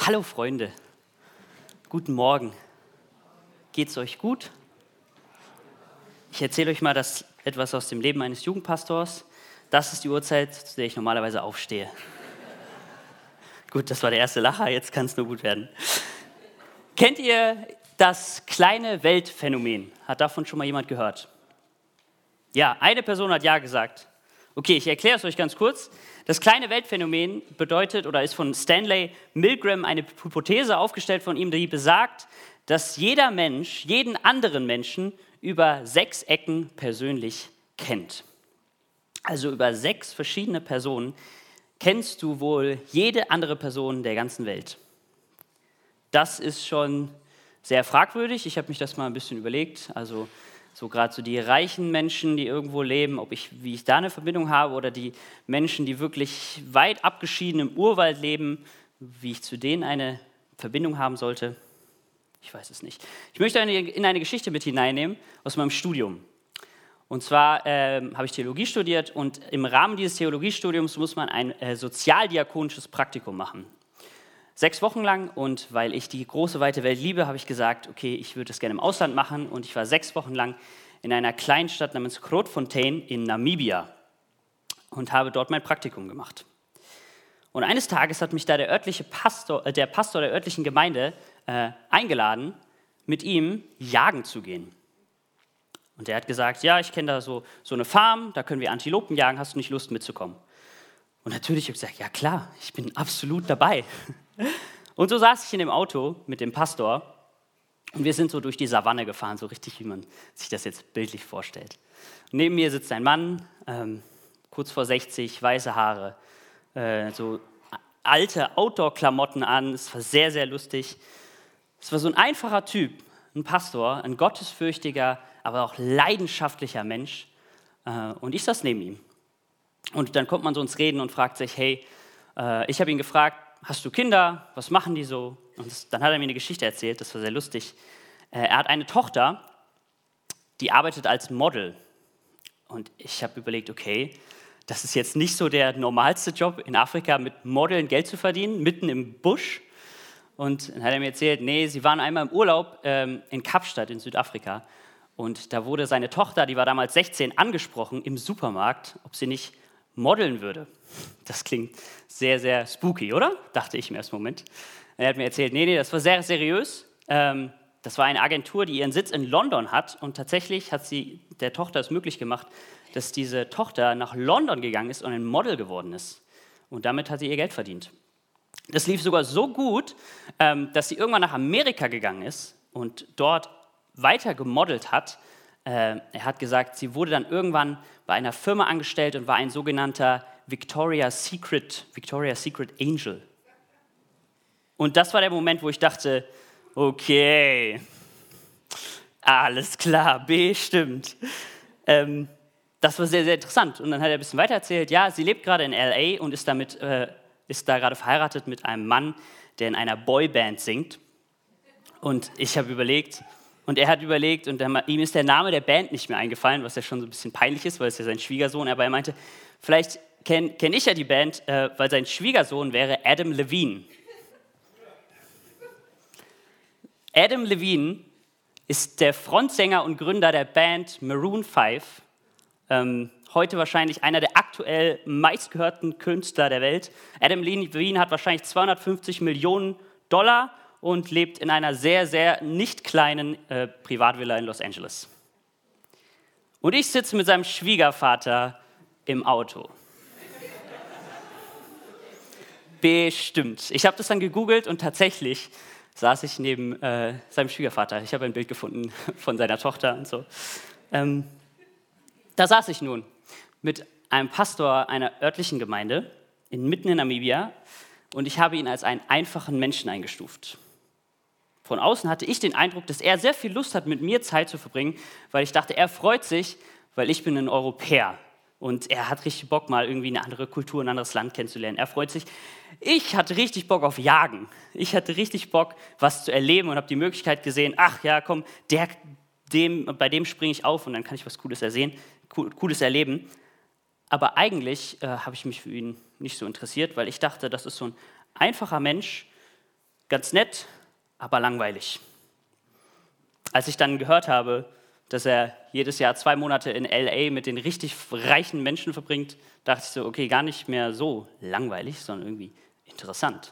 Hallo Freunde, guten Morgen. Geht's euch gut? Ich erzähle euch mal etwas aus dem Leben eines Jugendpastors. Das ist die Uhrzeit, zu der ich normalerweise aufstehe. Gut, das war der erste Lacher, jetzt kann es nur gut werden. Kennt ihr das kleine Weltphänomen? Hat davon schon mal jemand gehört? Ja, eine Person hat ja gesagt. Okay, ich erkläre es euch ganz kurz. Das kleine Weltphänomen bedeutet oder ist von Stanley Milgram eine Hypothese aufgestellt von ihm, die besagt, dass jeder Mensch jeden anderen Menschen über 6 Ecken persönlich kennt. Also über 6 verschiedene Personen kennst du wohl jede andere Person der ganzen Welt. Das ist schon sehr fragwürdig. Ich habe mich das mal ein bisschen überlegt. Also so gerade so die reichen Menschen, die irgendwo leben, wie ich da eine Verbindung habe, oder die Menschen, die wirklich weit abgeschieden im Urwald leben, wie ich zu denen eine Verbindung haben sollte. Ich weiß es nicht. Ich möchte in eine Geschichte mit hineinnehmen aus meinem Studium. Und zwar habe ich Theologie studiert und im Rahmen dieses Theologiestudiums muss man ein sozialdiakonisches Praktikum machen. 6 Wochen lang, und weil ich die große, weite Welt liebe, habe ich gesagt, okay, ich würde das gerne im Ausland machen, und ich war 6 Wochen lang in einer kleinen Stadt namens Grootfontein in Namibia und habe dort mein Praktikum gemacht. Und eines Tages hat mich da der Pastor der örtlichen Gemeinde eingeladen, mit ihm jagen zu gehen. Und er hat gesagt, ja, ich kenne da so eine Farm, da können wir Antilopen jagen, hast du nicht Lust mitzukommen? Und natürlich habe ich gesagt, ja klar, ich bin absolut dabei. Und so saß ich in dem Auto mit dem Pastor und wir sind so durch die Savanne gefahren, so richtig, wie man sich das jetzt bildlich vorstellt. Und neben mir sitzt ein Mann, kurz vor 60, weiße Haare, so alte Outdoor-Klamotten an, es war sehr, sehr lustig. Es war so ein einfacher Typ, ein Pastor, ein gottesfürchtiger, aber auch leidenschaftlicher Mensch, und ich saß neben ihm. Und dann kommt man so ins Reden und fragt sich, hey, ich habe ihn gefragt, hast du Kinder, was machen die so? Und dann hat er mir eine Geschichte erzählt, das war sehr lustig. Er hat eine Tochter, die arbeitet als Model. Und ich habe überlegt, okay, das ist jetzt nicht so der normalste Job in Afrika, mit Modeln Geld zu verdienen, mitten im Busch. Und dann hat er mir erzählt, nee, sie waren einmal im Urlaub in Kapstadt in Südafrika. Und da wurde seine Tochter, die war damals 16, angesprochen im Supermarkt, ob sie nicht modeln würde. Das klingt sehr, sehr spooky, oder? Dachte ich im ersten Moment. Er hat mir erzählt, nee, das war sehr seriös. Das war eine Agentur, die ihren Sitz in London hat. Und tatsächlich hat sie der Tochter es möglich gemacht, dass diese Tochter nach London gegangen ist und ein Model geworden ist. Und damit hat sie ihr Geld verdient. Das lief sogar so gut, dass sie irgendwann nach Amerika gegangen ist und dort weiter gemodelt hat. Er hat gesagt, sie wurde dann irgendwann bei einer Firma angestellt und war ein sogenannter Victoria's Secret Angel. Und das war der Moment, wo ich dachte, okay, alles klar, bestimmt. Das war sehr, sehr interessant. Und dann hat er ein bisschen weiter erzählt, ja, sie lebt gerade in L.A. und ist da gerade verheiratet mit einem Mann, der in einer Boyband singt. Und ich habe überlegt, und er hat überlegt, und ihm ist der Name der Band nicht mehr eingefallen, was ja schon so ein bisschen peinlich ist, weil es ja sein Schwiegersohn ist. Aber er meinte, vielleicht kenn ich ja die Band, weil sein Schwiegersohn wäre Adam Levine. Adam Levine ist der Frontsänger und Gründer der Band Maroon 5. Heute wahrscheinlich einer der aktuell meistgehörten Künstler der Welt. Adam Levine hat wahrscheinlich 250 Millionen Dollar und lebt in einer sehr, sehr nicht kleinen Privatvilla in Los Angeles. Und ich sitze mit seinem Schwiegervater im Auto. Bestimmt. Ich habe das dann gegoogelt und tatsächlich saß ich neben seinem Schwiegervater. Ich habe ein Bild gefunden von seiner Tochter und so. Da saß ich nun mit einem Pastor einer örtlichen Gemeinde mitten in Namibia und ich habe ihn als einen einfachen Menschen eingestuft. Von außen hatte ich den Eindruck, dass er sehr viel Lust hat, mit mir Zeit zu verbringen, weil ich dachte, er freut sich, weil ich bin ein Europäer und er hat richtig Bock, mal irgendwie eine andere Kultur, ein anderes Land kennenzulernen. Er freut sich. Ich hatte richtig Bock auf Jagen. Ich hatte richtig Bock, was zu erleben und habe die Möglichkeit gesehen, ach ja, komm, bei dem springe ich auf und dann kann ich was Cooles erleben. Aber eigentlich habe ich mich für ihn nicht so interessiert, weil ich dachte, das ist so ein einfacher Mensch, ganz nett, aber langweilig. Als ich dann gehört habe, dass er jedes Jahr 2 Monate in LA mit den richtig reichen Menschen verbringt, dachte ich so, okay, gar nicht mehr so langweilig, sondern irgendwie interessant.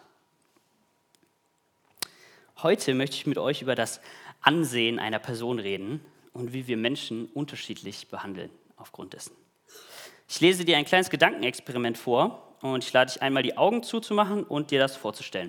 Heute möchte ich mit euch über das Ansehen einer Person reden und wie wir Menschen unterschiedlich behandeln aufgrund dessen. Ich lese dir ein kleines Gedankenexperiment vor und ich lade dich einmal, die Augen zuzumachen und dir das vorzustellen.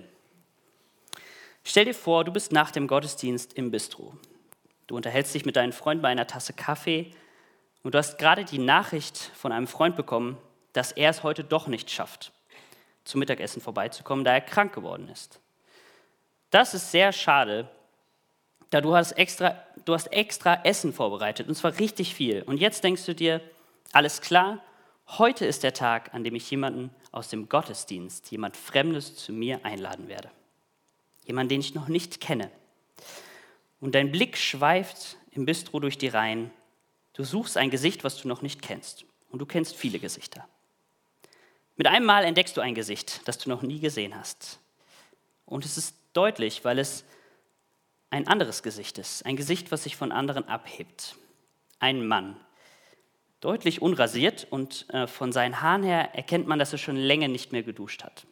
Stell dir vor, du bist nach dem Gottesdienst im Bistro. Du unterhältst dich mit deinen Freunden bei einer Tasse Kaffee und du hast gerade die Nachricht von einem Freund bekommen, dass er es heute doch nicht schafft, zum Mittagessen vorbeizukommen, da er krank geworden ist. Das ist sehr schade, da du hast extra Essen vorbereitet, und zwar richtig viel. Und jetzt denkst du dir, alles klar, heute ist der Tag, an dem ich jemanden aus dem Gottesdienst, jemand Fremdes zu mir einladen werde. Jemanden, den ich noch nicht kenne. Und dein Blick schweift im Bistro durch die Reihen. Du suchst ein Gesicht, was du noch nicht kennst. Und du kennst viele Gesichter. Mit einem Mal entdeckst du ein Gesicht, das du noch nie gesehen hast. Und es ist deutlich, weil es ein anderes Gesicht ist. Ein Gesicht, was sich von anderen abhebt. Ein Mann. Deutlich unrasiert und von seinen Haaren her erkennt man, dass er schon länger nicht mehr geduscht hat.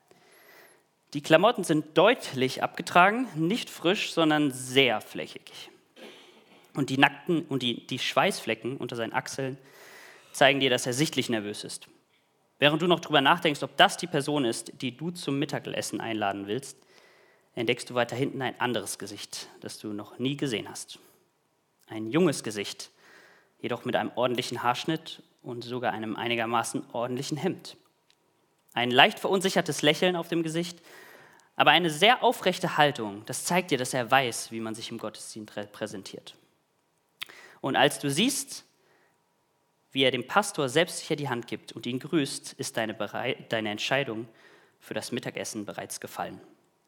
Die Klamotten sind deutlich abgetragen, nicht frisch, sondern sehr flächig. Und die Schweißflecken unter seinen Achseln zeigen dir, dass er sichtlich nervös ist. Während du noch drüber nachdenkst, ob das die Person ist, die du zum Mittagessen einladen willst, entdeckst du weiter hinten ein anderes Gesicht, das du noch nie gesehen hast. Ein junges Gesicht, jedoch mit einem ordentlichen Haarschnitt und sogar einem einigermaßen ordentlichen Hemd. Ein leicht verunsichertes Lächeln auf dem Gesicht, aber eine sehr aufrechte Haltung. Das zeigt dir, dass er weiß, wie man sich im Gottesdienst präsentiert. Und als du siehst, wie er dem Pastor selbstsicher die Hand gibt und ihn grüßt, ist deine Entscheidung für das Mittagessen bereits gefallen.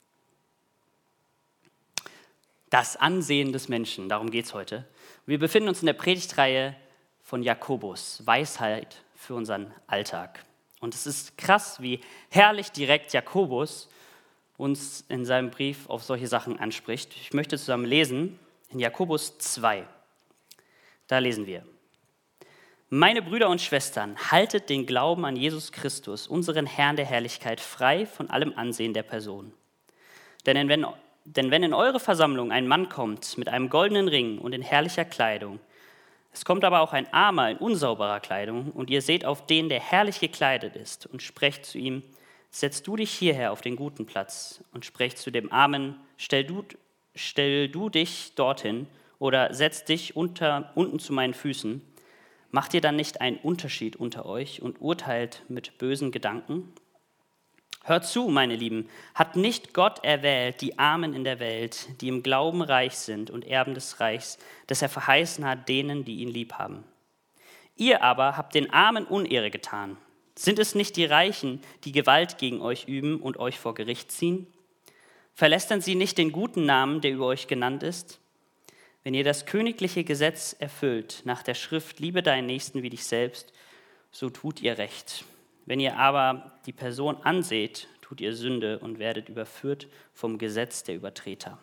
Das Ansehen des Menschen, darum geht es heute. Wir befinden uns in der Predigtreihe von Jakobus, Weisheit für unseren Alltag. Und es ist krass, wie herrlich direkt Jakobus uns in seinem Brief auf solche Sachen anspricht. Ich möchte zusammen lesen in Jakobus 2. Da lesen wir: Meine Brüder und Schwestern, haltet den Glauben an Jesus Christus, unseren Herrn der Herrlichkeit, frei von allem Ansehen der Person. Denn wenn in eure Versammlung ein Mann kommt mit einem goldenen Ring und in herrlicher Kleidung, es kommt aber auch ein Armer in unsauberer Kleidung, und ihr seht auf den, der herrlich gekleidet ist, und sprecht zu ihm: Setz du dich hierher auf den guten Platz, und sprecht zu dem Armen: Stell du dich dorthin, oder setz dich unten zu meinen Füßen. Macht ihr dann nicht einen Unterschied unter euch und urteilt mit bösen Gedanken? Hört zu, meine Lieben, hat nicht Gott erwählt die Armen in der Welt, die im Glauben reich sind und Erben des Reichs, das er verheißen hat denen, die ihn lieb haben? Ihr aber habt den Armen Unehre getan. Sind es nicht die Reichen, die Gewalt gegen euch üben und euch vor Gericht ziehen? Verlästern sie nicht den guten Namen, der über euch genannt ist? Wenn ihr das königliche Gesetz erfüllt, nach der Schrift, liebe deinen Nächsten wie dich selbst, so tut ihr recht. Wenn ihr aber die Person anseht, tut ihr Sünde und werdet überführt vom Gesetz der Übertreter.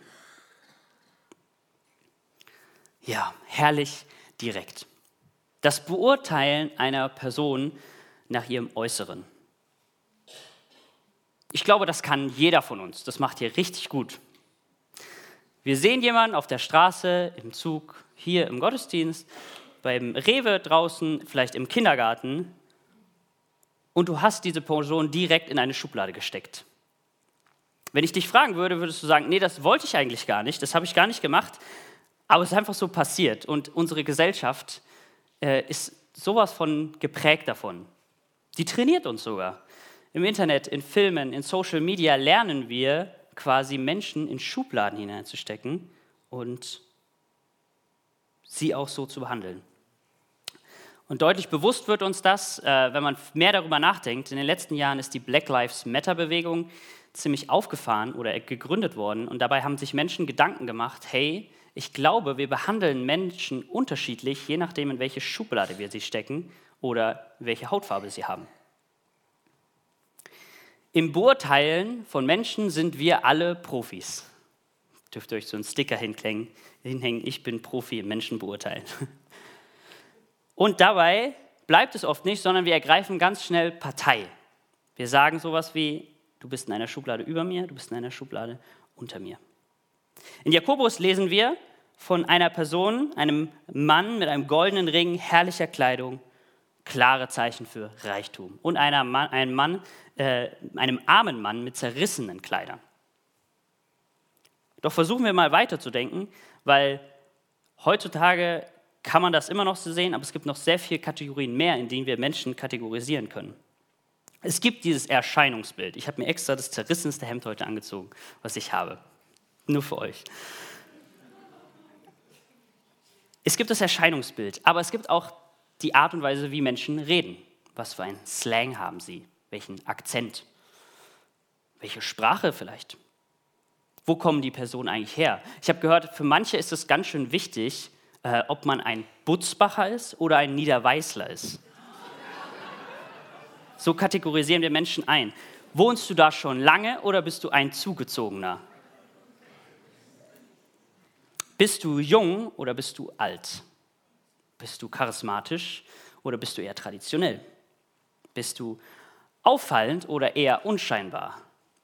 Ja, herrlich direkt. Das Beurteilen einer Person nach ihrem Äußeren. Ich glaube, das kann jeder von uns. Das macht ihr richtig gut. Wir sehen jemanden auf der Straße, im Zug, hier im Gottesdienst, beim Rewe draußen, vielleicht im Kindergarten, und du hast diese Person direkt in eine Schublade gesteckt. Wenn ich dich fragen würde, würdest du sagen: Nee, das wollte ich eigentlich gar nicht, das habe ich gar nicht gemacht, aber es ist einfach so passiert. Und unsere Gesellschaft ist sowas von geprägt davon. Die trainiert uns sogar. Im Internet, in Filmen, in Social Media lernen wir quasi Menschen in Schubladen hineinzustecken und sie auch so zu behandeln. Und deutlich bewusst wird uns das, wenn man mehr darüber nachdenkt. In den letzten Jahren ist die Black Lives Matter-Bewegung ziemlich aufgefahren oder gegründet worden. Und dabei haben sich Menschen Gedanken gemacht: Hey, ich glaube, wir behandeln Menschen unterschiedlich, je nachdem, in welche Schublade wir sie stecken oder welche Hautfarbe sie haben. Im Beurteilen von Menschen sind wir alle Profis. Dürft ihr euch so einen Sticker hinhängen, ich bin Profi im Menschen beurteilen. Und dabei bleibt es oft nicht, sondern wir ergreifen ganz schnell Partei. Wir sagen sowas wie, du bist in einer Schublade über mir, du bist in einer Schublade unter mir. In Jakobus lesen wir von einer Person, einem Mann mit einem goldenen Ring, herrlicher Kleidung, klare Zeichen für Reichtum. Und einem armen Mann mit zerrissenen Kleidern. Doch versuchen wir mal weiterzudenken, weil heutzutage kann man das immer noch so sehen, aber es gibt noch sehr viele Kategorien mehr, in denen wir Menschen kategorisieren können. Es gibt dieses Erscheinungsbild. Ich habe mir extra das zerrissenste Hemd heute angezogen, was ich habe. Nur für euch. Es gibt das Erscheinungsbild, aber es gibt auch die Art und Weise, wie Menschen reden. Was für einen Slang haben sie? Welchen Akzent? Welche Sprache vielleicht? Wo kommen die Personen eigentlich her? Ich habe gehört, für manche ist es ganz schön wichtig, ob man ein Butzbacher ist oder ein Niederweißler ist. So kategorisieren wir Menschen ein. Wohnst du da schon lange oder bist du ein Zugezogener? Bist du jung oder bist du alt? Bist du charismatisch oder bist du eher traditionell? Bist du auffallend oder eher unscheinbar?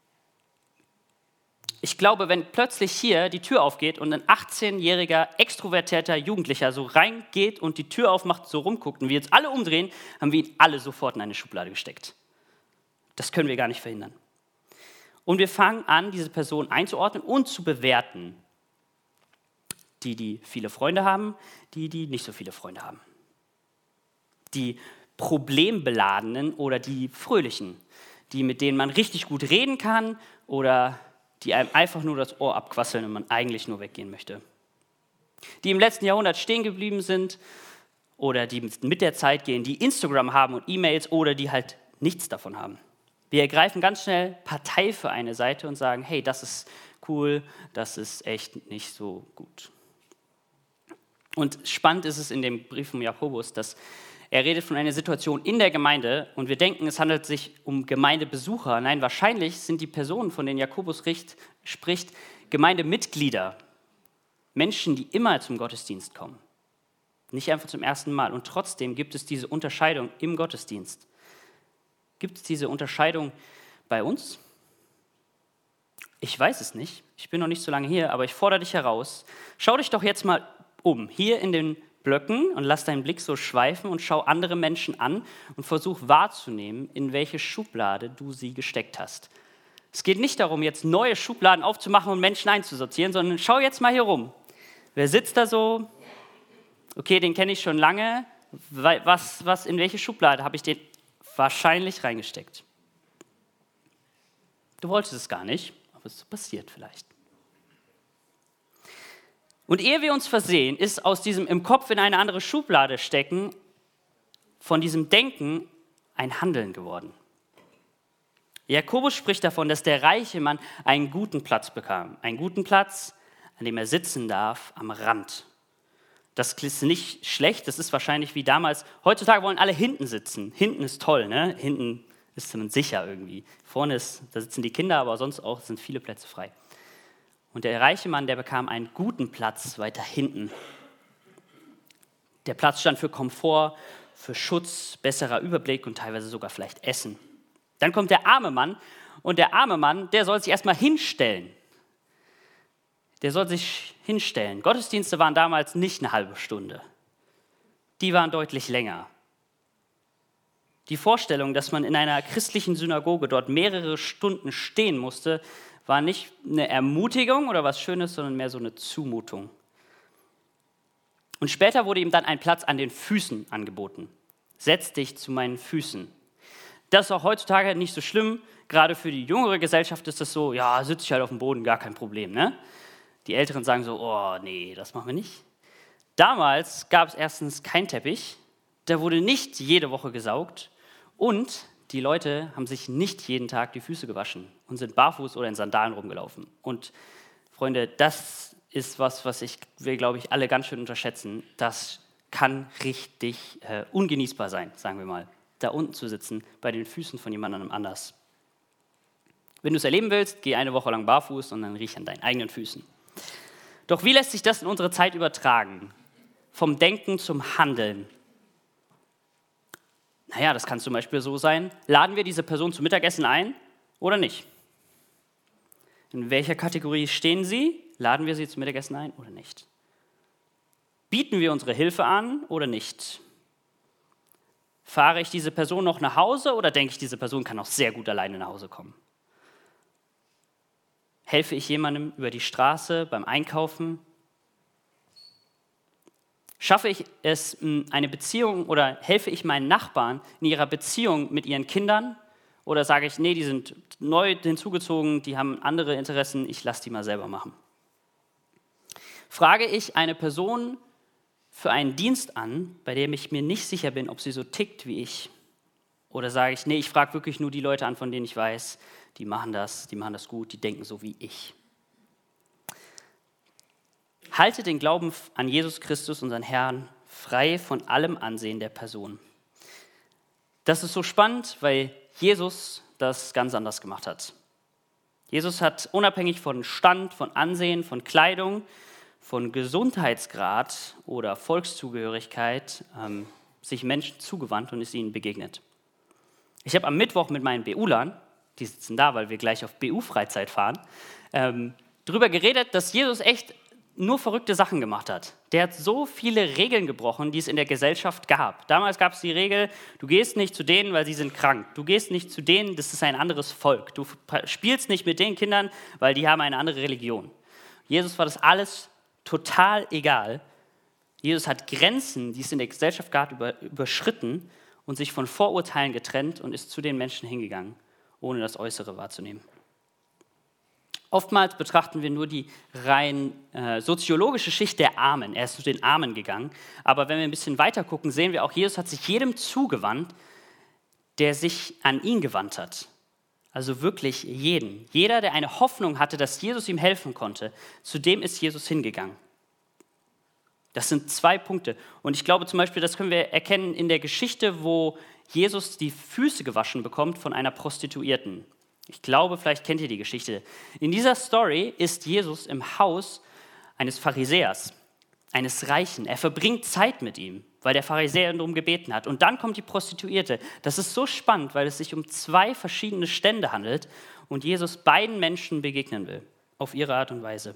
Ich glaube, wenn plötzlich hier die Tür aufgeht und ein 18-jähriger, extrovertierter Jugendlicher so reingeht und die Tür aufmacht, so rumguckt und wir jetzt alle umdrehen, haben wir ihn alle sofort in eine Schublade gesteckt. Das können wir gar nicht verhindern. Und wir fangen an, diese Person einzuordnen und zu bewerten. Die viele Freunde haben, die nicht so viele Freunde haben. Die Problembeladenen oder die Fröhlichen. Die, mit denen man richtig gut reden kann oder die einem einfach nur das Ohr abquasseln und man eigentlich nur weggehen möchte. Die im letzten Jahrhundert stehen geblieben sind oder die mit der Zeit gehen, die Instagram haben und E-Mails oder die halt nichts davon haben. Wir ergreifen ganz schnell Partei für eine Seite und sagen, hey, das ist cool, das ist echt nicht so gut. Und spannend ist es in dem Brief von Jakobus, dass er redet von einer Situation in der Gemeinde und wir denken, es handelt sich um Gemeindebesucher. Nein, wahrscheinlich sind die Personen, von denen Jakobus spricht, Gemeindemitglieder. Menschen, die immer zum Gottesdienst kommen. Nicht einfach zum ersten Mal. Und trotzdem gibt es diese Unterscheidung im Gottesdienst. Gibt es diese Unterscheidung bei uns? Ich weiß es nicht. Ich bin noch nicht so lange hier, aber ich fordere dich heraus. Schau dich doch jetzt mal um, hier in den Blöcken und lass deinen Blick so schweifen und schau andere Menschen an und versuch wahrzunehmen, in welche Schublade du sie gesteckt hast. Es geht nicht darum, jetzt neue Schubladen aufzumachen und Menschen einzusortieren, sondern schau jetzt mal hier rum. Wer sitzt da so? Okay, den kenne ich schon lange. In welche Schublade habe ich den wahrscheinlich reingesteckt? Du wolltest es gar nicht, aber es passiert vielleicht. Und ehe wir uns versehen, ist aus diesem im Kopf in eine andere Schublade stecken, von diesem Denken ein Handeln geworden. Jakobus spricht davon, dass der reiche Mann einen guten Platz bekam. Einen guten Platz, an dem er sitzen darf, am Rand. Das ist nicht schlecht, das ist wahrscheinlich wie damals. Heutzutage wollen alle hinten sitzen. Hinten ist toll, ne? Hinten ist man sicher irgendwie. Vorne da sitzen die Kinder, aber sonst auch sind viele Plätze frei. Und der reiche Mann, der bekam einen guten Platz weiter hinten. Der Platz stand für Komfort, für Schutz, besserer Überblick und teilweise sogar vielleicht Essen. Dann kommt der arme Mann und der arme Mann, der soll sich erstmal hinstellen. Der soll sich hinstellen. Gottesdienste waren damals nicht eine halbe Stunde. Die waren deutlich länger. Die Vorstellung, dass man in einer christlichen Synagoge dort mehrere Stunden stehen musste, war nicht eine Ermutigung oder was Schönes, sondern mehr so eine Zumutung. Und später wurde ihm dann ein Platz an den Füßen angeboten. Setz dich zu meinen Füßen. Das ist auch heutzutage nicht so schlimm. Gerade für die jüngere Gesellschaft ist das so, ja, sitze ich halt auf dem Boden, gar kein Problem. Ne? Die Älteren sagen so, oh nee, das machen wir nicht. Damals gab es erstens keinen Teppich, da wurde nicht jede Woche gesaugt und die Leute haben sich nicht jeden Tag die Füße gewaschen und sind barfuß oder in Sandalen rumgelaufen. Und Freunde, das ist was wir, glaube ich, alle ganz schön unterschätzen. Das kann richtig ungenießbar sein, sagen wir mal, da unten zu sitzen, bei den Füßen von jemand anderem anders. Wenn du es erleben willst, geh eine Woche lang barfuß und dann riech an deinen eigenen Füßen. Doch wie lässt sich das in unsere Zeit übertragen? Vom Denken zum Handeln. Naja, das kann zum Beispiel so sein, laden wir diese Person zum Mittagessen ein oder nicht? In welcher Kategorie stehen sie? Laden wir sie zum Mittagessen ein oder nicht? Bieten wir unsere Hilfe an oder nicht? Fahre ich diese Person noch nach Hause oder denke ich, diese Person kann auch sehr gut alleine nach Hause kommen? Helfe ich jemandem über die Straße beim Einkaufen? Schaffe ich es, eine Beziehung oder helfe ich meinen Nachbarn in ihrer Beziehung mit ihren Kindern? Oder sage ich, nee, die sind neu hinzugezogen, die haben andere Interessen, ich lasse die mal selber machen? Frage ich eine Person für einen Dienst an, bei dem ich mir nicht sicher bin, ob sie so tickt wie ich? Oder sage ich, nee, ich frage wirklich nur die Leute an, von denen ich weiß, die machen das gut, die denken so wie ich. Halte den Glauben an Jesus Christus, unseren Herrn, frei von allem Ansehen der Person. Das ist so spannend, weil Jesus das ganz anders gemacht hat. Jesus hat unabhängig von Stand, von Ansehen, von Kleidung, von Gesundheitsgrad oder Volkszugehörigkeit sich Menschen zugewandt und ist ihnen begegnet. Ich habe am Mittwoch mit meinen BU-Lern, die sitzen da, weil wir gleich auf BU-Freizeit fahren, darüber geredet, dass Jesus echt nur verrückte Sachen gemacht hat. Der hat so viele Regeln gebrochen, die es in der Gesellschaft gab. Damals gab es die Regel, du gehst nicht zu denen, weil sie sind krank. Du gehst nicht zu denen, das ist ein anderes Volk. Du spielst nicht mit den Kindern, weil die haben eine andere Religion. Jesus war das alles total egal. Jesus hat Grenzen, die es in der Gesellschaft gab, überschritten und sich von Vorurteilen getrennt und ist zu den Menschen hingegangen, ohne das Äußere wahrzunehmen. Oftmals betrachten wir nur die rein soziologische Schicht der Armen. Er ist zu den Armen gegangen. Aber wenn wir ein bisschen weiter gucken, sehen wir auch, Jesus hat sich jedem zugewandt, der sich an ihn gewandt hat. Also wirklich jeden. Jeder, der eine Hoffnung hatte, dass Jesus ihm helfen konnte, zu dem ist Jesus hingegangen. Das sind 2 Punkte. Und ich glaube zum Beispiel, das können wir erkennen in der Geschichte, wo Jesus die Füße gewaschen bekommt von einer Prostituierten. Ich glaube, vielleicht kennt ihr die Geschichte. In dieser Story ist Jesus im Haus eines Pharisäers, eines Reichen. Er verbringt Zeit mit ihm, weil der Pharisäer ihn darum gebeten hat. Und dann kommt die Prostituierte. Das ist so spannend, weil es sich um 2 verschiedene Stände handelt und Jesus beiden Menschen begegnen will, auf ihre Art und Weise.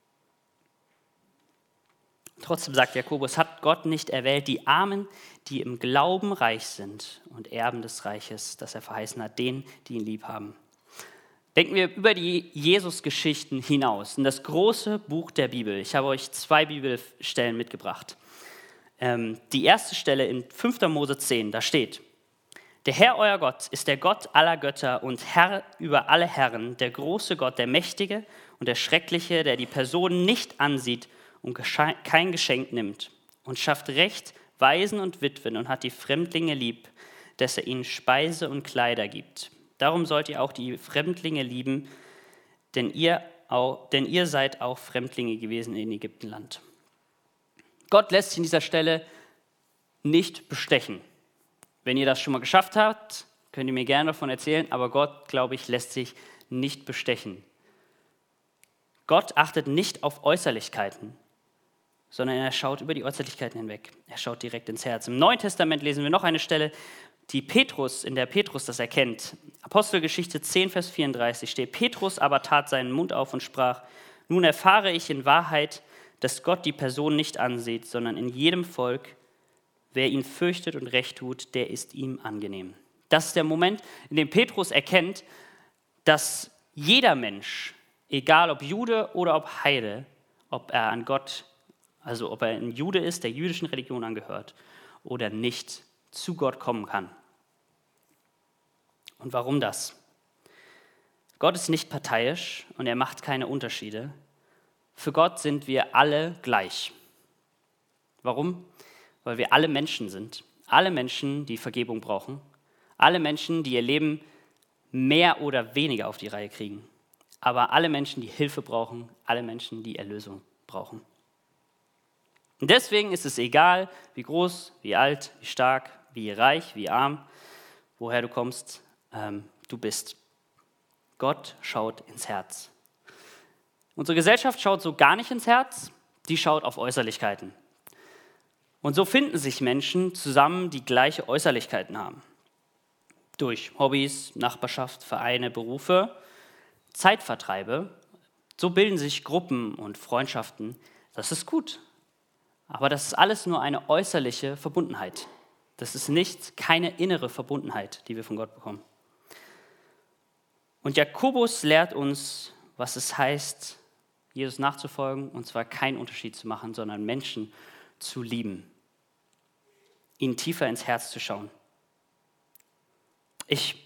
Trotzdem sagt Jakobus, hat Gott nicht erwählt die Armen, die im Glauben reich sind und Erben des Reiches, das er verheißen hat, denen, die ihn lieb haben. Denken wir über die Jesus-Geschichten hinaus, in das große Buch der Bibel. Ich habe euch 2 Bibelstellen mitgebracht. Die erste Stelle in 5. Mose 10, da steht: Der Herr, euer Gott, ist der Gott aller Götter und Herr über alle Herren, der große Gott, der Mächtige und der Schreckliche, der die Personen nicht ansieht und kein Geschenk nimmt und schafft Recht Waisen und Witwen und hat die Fremdlinge lieb, dass er ihnen Speise und Kleider gibt. Darum sollt ihr auch die Fremdlinge lieben, denn ihr seid auch Fremdlinge gewesen in Ägyptenland. Gott lässt sich an dieser Stelle nicht bestechen. Wenn ihr das schon mal geschafft habt, könnt ihr mir gerne davon erzählen, aber Gott, glaube ich, lässt sich nicht bestechen. Gott achtet nicht auf Äußerlichkeiten, sondern er schaut über die Äußerlichkeiten hinweg. Er schaut direkt ins Herz. Im Neuen Testament lesen wir noch eine Stelle, in der Petrus das erkennt. Apostelgeschichte 10, Vers 34 steht: Petrus aber tat seinen Mund auf und sprach: Nun erfahre ich in Wahrheit, dass Gott die Person nicht ansieht, sondern in jedem Volk, wer ihn fürchtet und recht tut, der ist ihm angenehm. Das ist der Moment, in dem Petrus erkennt, dass jeder Mensch, egal ob Jude oder ob Heide, ob er an Gott, also ob er ein Jude ist, der jüdischen Religion angehört oder nicht, zu Gott kommen kann. Und warum das? Gott ist nicht parteiisch und er macht keine Unterschiede. Für Gott sind wir alle gleich. Warum? Weil wir alle Menschen sind. Alle Menschen, die Vergebung brauchen. Alle Menschen, die ihr Leben mehr oder weniger auf die Reihe kriegen. Aber alle Menschen, die Hilfe brauchen. Alle Menschen, die Erlösung brauchen. Und deswegen ist es egal, wie groß, wie alt, wie stark, wie reich, wie arm, woher du kommst, du bist. Gott schaut ins Herz. Unsere Gesellschaft schaut so gar nicht ins Herz, die schaut auf Äußerlichkeiten. Und so finden sich Menschen zusammen, die gleiche Äußerlichkeiten haben. Durch Hobbys, Nachbarschaft, Vereine, Berufe, Zeitvertreibe. So bilden sich Gruppen und Freundschaften. Das ist gut. Aber das ist alles nur eine äußerliche Verbundenheit. Das ist keine innere Verbundenheit, die wir von Gott bekommen. Und Jakobus lehrt uns, was es heißt, Jesus nachzufolgen, und zwar keinen Unterschied zu machen, sondern Menschen zu lieben, ihnen tiefer ins Herz zu schauen. Ich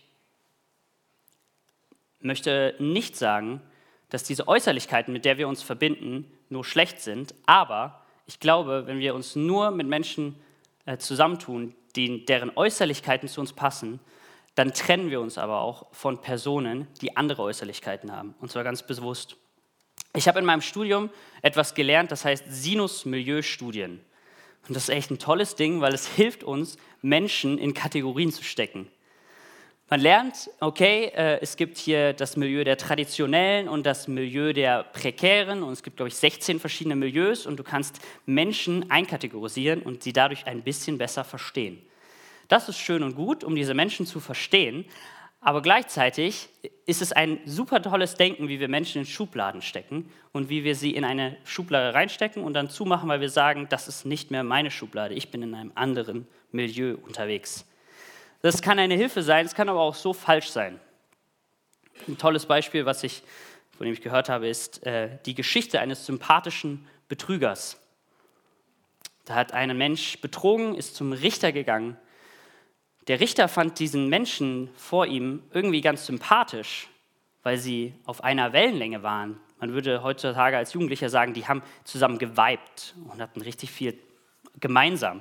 möchte nicht sagen, dass diese Äußerlichkeiten, mit der wir uns verbinden, nur schlecht sind, aber ich glaube, wenn wir uns nur mit Menschen zusammentun, deren Äußerlichkeiten zu uns passen, dann trennen wir uns aber auch von Personen, die andere Äußerlichkeiten haben, und zwar ganz bewusst. Ich habe in meinem Studium etwas gelernt, das heißt Sinus-Milieu-Studien. Und das ist echt ein tolles Ding, weil es hilft uns, Menschen in Kategorien zu stecken. Man lernt, okay, es gibt hier das Milieu der Traditionellen und das Milieu der Prekären, und es gibt, glaube ich, 16 verschiedene Milieus, und du kannst Menschen einkategorisieren und sie dadurch ein bisschen besser verstehen. Das ist schön und gut, um diese Menschen zu verstehen, aber gleichzeitig ist es ein super tolles Denken, wie wir Menschen in Schubladen stecken und wie wir sie in eine Schublade reinstecken und dann zumachen, weil wir sagen, das ist nicht mehr meine Schublade, ich bin in einem anderen Milieu unterwegs. Das kann eine Hilfe sein, es kann aber auch so falsch sein. Ein tolles Beispiel, von dem ich gehört habe, ist die Geschichte eines sympathischen Betrügers. Da hat ein Mensch betrogen, ist zum Richter gegangen. Der Richter fand diesen Menschen vor ihm irgendwie ganz sympathisch, weil sie auf einer Wellenlänge waren. Man würde heutzutage als Jugendlicher sagen, die haben zusammen geweibt und hatten richtig viel gemeinsam.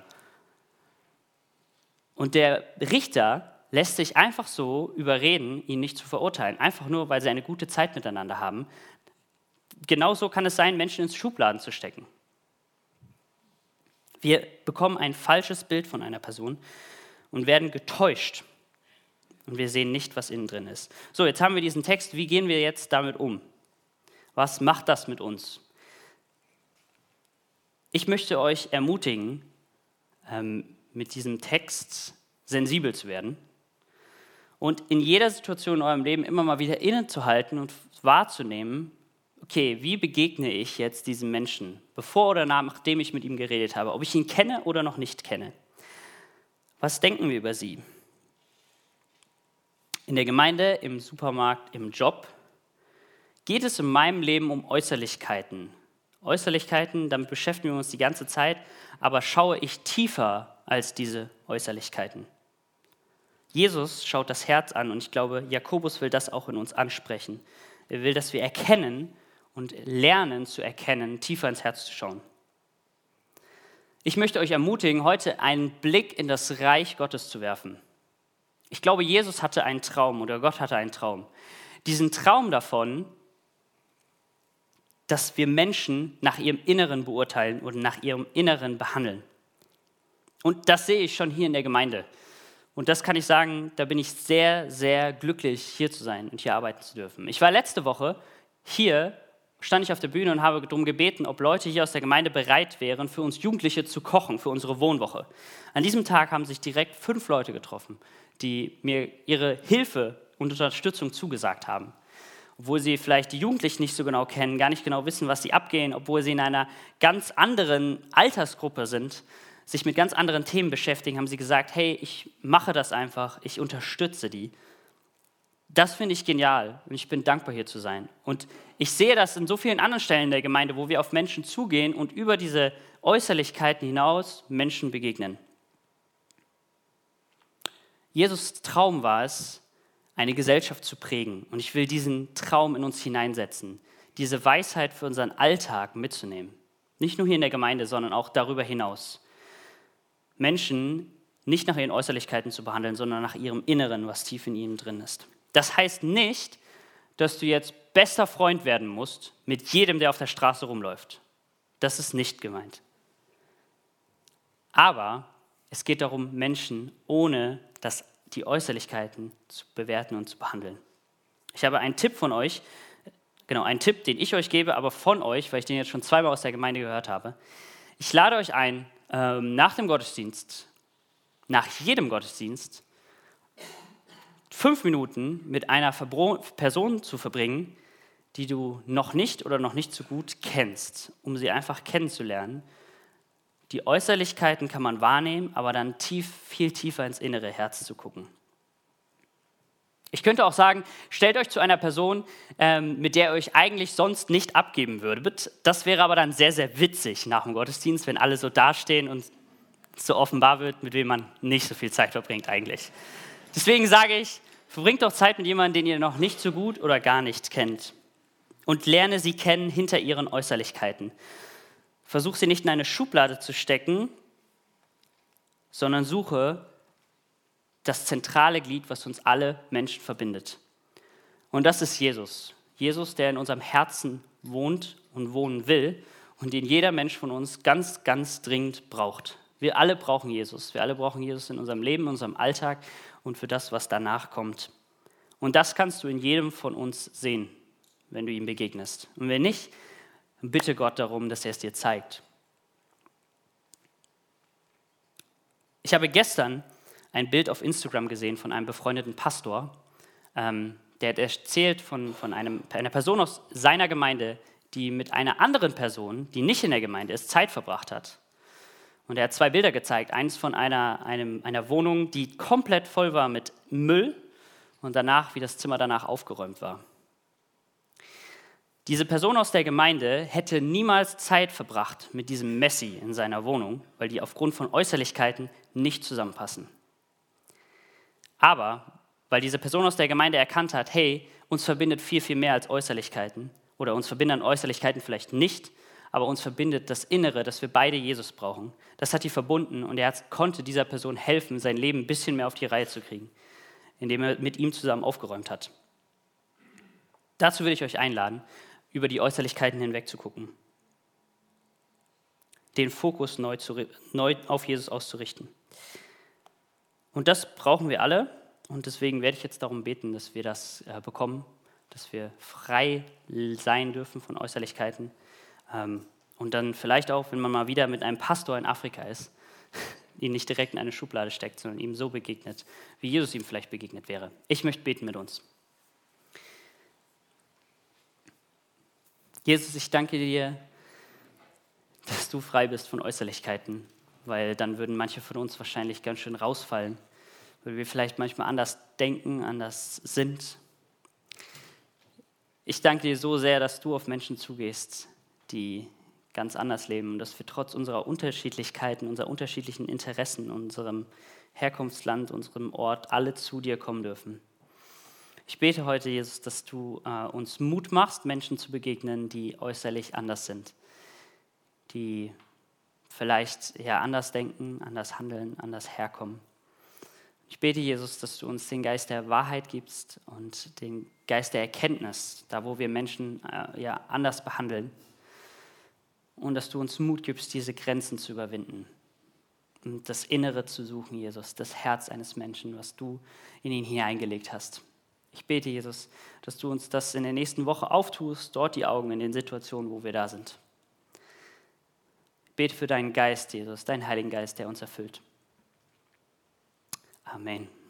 Und der Richter lässt sich einfach so überreden, ihn nicht zu verurteilen, einfach nur, weil sie eine gute Zeit miteinander haben. Genauso kann es sein, Menschen ins Schubladen zu stecken. Wir bekommen ein falsches Bild von einer Person und werden getäuscht. Und wir sehen nicht, was innen drin ist. So, jetzt haben wir diesen Text. Wie gehen wir jetzt damit um? Was macht das mit uns? Ich möchte euch ermutigen, mit diesem Text sensibel zu werden und in jeder Situation in eurem Leben immer mal wieder innezuhalten und wahrzunehmen, okay, wie begegne ich jetzt diesem Menschen, bevor oder nachdem ich mit ihm geredet habe, ob ich ihn kenne oder noch nicht kenne. Was denken wir über sie? In der Gemeinde, im Supermarkt, im Job geht es in meinem Leben um Äußerlichkeiten. Äußerlichkeiten, damit beschäftigen wir uns die ganze Zeit, aber schaue ich tiefer als diese Äußerlichkeiten. Jesus schaut das Herz an und ich glaube, Jakobus will das auch in uns ansprechen. Er will, dass wir erkennen und lernen zu erkennen, tiefer ins Herz zu schauen. Ich möchte euch ermutigen, heute einen Blick in das Reich Gottes zu werfen. Ich glaube, Jesus hatte einen Traum oder Gott hatte einen Traum. Diesen Traum davon, dass wir Menschen nach ihrem Inneren beurteilen und nach ihrem Inneren behandeln. Und das sehe ich schon hier in der Gemeinde. Und das kann ich sagen, da bin ich sehr, sehr glücklich, hier zu sein und hier arbeiten zu dürfen. Ich war letzte Woche hier, stand ich auf der Bühne und habe darum gebeten, ob Leute hier aus der Gemeinde bereit wären, für uns Jugendliche zu kochen, für unsere Wohnwoche. An diesem Tag haben sich direkt 5 Leute getroffen, die mir ihre Hilfe und Unterstützung zugesagt haben. Obwohl sie vielleicht die Jugendlichen nicht so genau kennen, gar nicht genau wissen, was sie abgehen, obwohl sie in einer ganz anderen Altersgruppe sind, sich mit ganz anderen Themen beschäftigen, haben sie gesagt, hey, ich mache das einfach, ich unterstütze die. Das finde ich genial und ich bin dankbar, hier zu sein. Und ich sehe das in so vielen anderen Stellen der Gemeinde, wo wir auf Menschen zugehen und über diese Äußerlichkeiten hinaus Menschen begegnen. Jesus' Traum war es, eine Gesellschaft zu prägen. Und ich will diesen Traum in uns hineinsetzen, diese Weisheit für unseren Alltag mitzunehmen. Nicht nur hier in der Gemeinde, sondern auch darüber hinaus. Menschen nicht nach ihren Äußerlichkeiten zu behandeln, sondern nach ihrem Inneren, was tief in ihnen drin ist. Das heißt nicht, dass du jetzt bester Freund werden musst mit jedem, der auf der Straße rumläuft. Das ist nicht gemeint. Aber es geht darum, Menschen ohne die Äußerlichkeiten zu bewerten und zu behandeln. Ich habe einen Tipp von euch, einen Tipp, den ich euch gebe, aber von euch, weil ich den jetzt schon zweimal aus der Gemeinde gehört habe. Ich lade euch ein, nach jedem Gottesdienst, 5 Minuten mit einer Person zu verbringen, die du noch nicht oder noch nicht so gut kennst, um sie einfach kennenzulernen. Die Äußerlichkeiten kann man wahrnehmen, aber dann viel tiefer ins innere Herz zu gucken. Ich könnte auch sagen, stellt euch zu einer Person, mit der ihr euch eigentlich sonst nicht abgeben würdet. Das wäre aber dann sehr, sehr witzig nach dem Gottesdienst, wenn alle so dastehen und so offenbar wird, mit wem man nicht so viel Zeit verbringt eigentlich. Deswegen sage ich, verbringt doch Zeit mit jemandem, den ihr noch nicht so gut oder gar nicht kennt. Und lerne sie kennen hinter ihren Äußerlichkeiten. Versuch sie nicht in eine Schublade zu stecken, sondern suche das zentrale Glied, was uns alle Menschen verbindet. Und das ist Jesus. Jesus, der in unserem Herzen wohnt und wohnen will und den jeder Mensch von uns ganz, ganz dringend braucht. Wir alle brauchen Jesus. Wir alle brauchen Jesus in unserem Leben, in unserem Alltag und für das, was danach kommt. Und das kannst du in jedem von uns sehen, wenn du ihm begegnest. Und wenn nicht, bitte Gott darum, dass er es dir zeigt. Ich habe gestern ein Bild auf Instagram gesehen von einem befreundeten Pastor, der hat erzählt von einer Person aus seiner Gemeinde, die mit einer anderen Person, die nicht in der Gemeinde ist, Zeit verbracht hat. Und er hat 2 Bilder gezeigt. Eins von einer Wohnung, die komplett voll war mit Müll und danach, wie das Zimmer danach aufgeräumt war. Diese Person aus der Gemeinde hätte niemals Zeit verbracht mit diesem Messi in seiner Wohnung, weil die aufgrund von Äußerlichkeiten nicht zusammenpassen. Aber weil diese Person aus der Gemeinde erkannt hat, hey, uns verbindet viel, viel mehr als Äußerlichkeiten oder uns verbinden Äußerlichkeiten vielleicht nicht, aber uns verbindet das Innere, dass wir beide Jesus brauchen. Das hat die verbunden und er konnte dieser Person helfen, sein Leben ein bisschen mehr auf die Reihe zu kriegen, indem er mit ihm zusammen aufgeräumt hat. Dazu will ich euch einladen, über die Äußerlichkeiten hinweg zu gucken, den Fokus neu auf Jesus auszurichten. Und das brauchen wir alle und deswegen werde ich jetzt darum beten, dass wir das bekommen, dass wir frei sein dürfen von Äußerlichkeiten. Und dann vielleicht auch, wenn man mal wieder mit einem Pastor in Afrika ist, ihn nicht direkt in eine Schublade steckt, sondern ihm so begegnet, wie Jesus ihm vielleicht begegnet wäre. Ich möchte beten mit uns. Jesus, ich danke dir, dass du frei bist von Äußerlichkeiten, weil dann würden manche von uns wahrscheinlich ganz schön rausfallen, weil wir vielleicht manchmal anders denken, anders sind. Ich danke dir so sehr, dass du auf Menschen zugehst, die ganz anders leben und dass wir trotz unserer Unterschiedlichkeiten, unserer unterschiedlichen Interessen, unserem Herkunftsland, unserem Ort, alle zu dir kommen dürfen. Ich bete heute, Jesus, dass du uns Mut machst, Menschen zu begegnen, die äußerlich anders sind, die vielleicht anders denken, anders handeln, anders herkommen. Ich bete, Jesus, dass du uns den Geist der Wahrheit gibst und den Geist der Erkenntnis, da wo wir Menschen anders behandeln. Und dass du uns Mut gibst, diese Grenzen zu überwinden und das Innere zu suchen, Jesus, das Herz eines Menschen, was du in ihn hineingelegt hast. Ich bete, Jesus, dass du uns das in der nächsten Woche auftust, dort die Augen in den Situationen, wo wir da sind. Ich bete für deinen Geist, Jesus, deinen Heiligen Geist, der uns erfüllt. Amen.